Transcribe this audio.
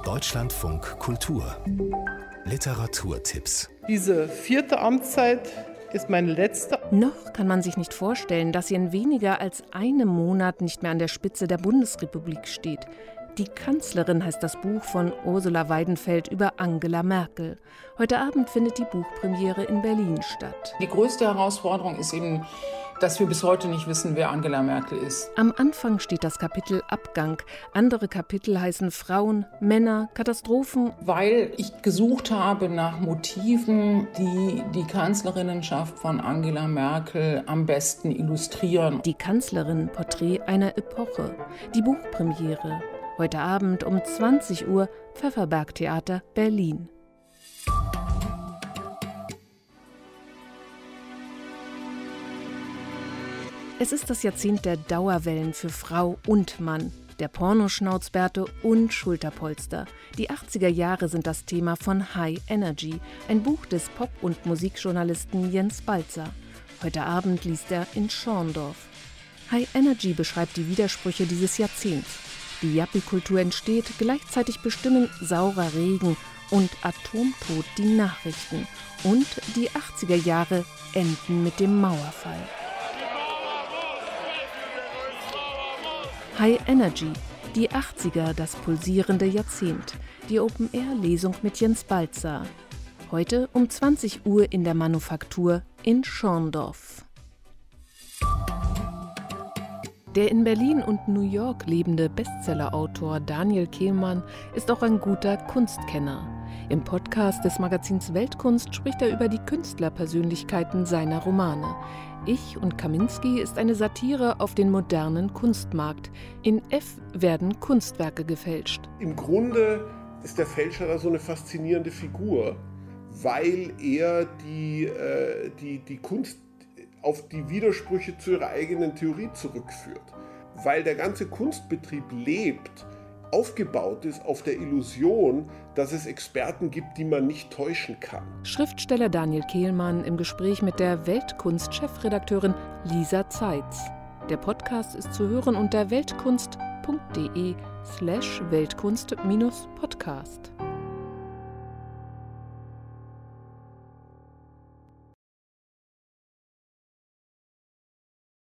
Deutschlandfunk Kultur Literaturtipps. Diese 4. Amtszeit ist meine letzte. Noch kann man sich nicht vorstellen, dass sie in weniger als einem Monat nicht mehr an der Spitze der Bundesrepublik steht. Die Kanzlerin heißt das Buch von Ursula Weidenfeld über Angela Merkel. Heute Abend findet die Buchpremiere in Berlin statt. Die größte Herausforderung ist eben, dass wir bis heute nicht wissen, wer Angela Merkel ist. Am Anfang steht das Kapitel Abgang. Andere Kapitel heißen Frauen, Männer, Katastrophen. Weil ich gesucht habe nach Motiven, die die Kanzlerinnenschaft von Angela Merkel am besten illustrieren. Die Kanzlerin, Porträt einer Epoche. Die Buchpremiere. Heute Abend um 20 Uhr, Pfefferberg-Theater, Berlin. Es ist das Jahrzehnt der Dauerwellen für Frau und Mann, der Pornoschnauzbärte und Schulterpolster. Die 80er Jahre sind das Thema von High Energy, ein Buch des Pop- und Musikjournalisten Jens Balzer. Heute Abend liest er in Schorndorf. High Energy beschreibt die Widersprüche dieses Jahrzehnts. Die Yuppie-Kultur entsteht, gleichzeitig bestimmen saurer Regen und Atomtod die Nachrichten. Und die 80er Jahre enden mit dem Mauerfall. High Energy, die 80er, das pulsierende Jahrzehnt. Die Open-Air-Lesung mit Jens Balzer. Heute um 20 Uhr in der Manufaktur in Schorndorf. Der in Berlin und New York lebende Bestsellerautor Daniel Kehlmann ist auch ein guter Kunstkenner. Im Podcast des Magazins Weltkunst spricht er über die Künstlerpersönlichkeiten seiner Romane. Ich und Kaminski ist eine Satire auf den modernen Kunstmarkt. In F werden Kunstwerke gefälscht. Im Grunde ist der Fälscher da so eine faszinierende Figur, weil er die Kunst auf die Widersprüche zu ihrer eigenen Theorie zurückführt. Weil der ganze Kunstbetrieb lebt, aufgebaut ist auf der Illusion, dass es Experten gibt, die man nicht täuschen kann. Schriftsteller Daniel Kehlmann im Gespräch mit der Weltkunst-Chefredakteurin Lisa Zeitz. Der Podcast ist zu hören unter weltkunst.de/weltkunst-podcast.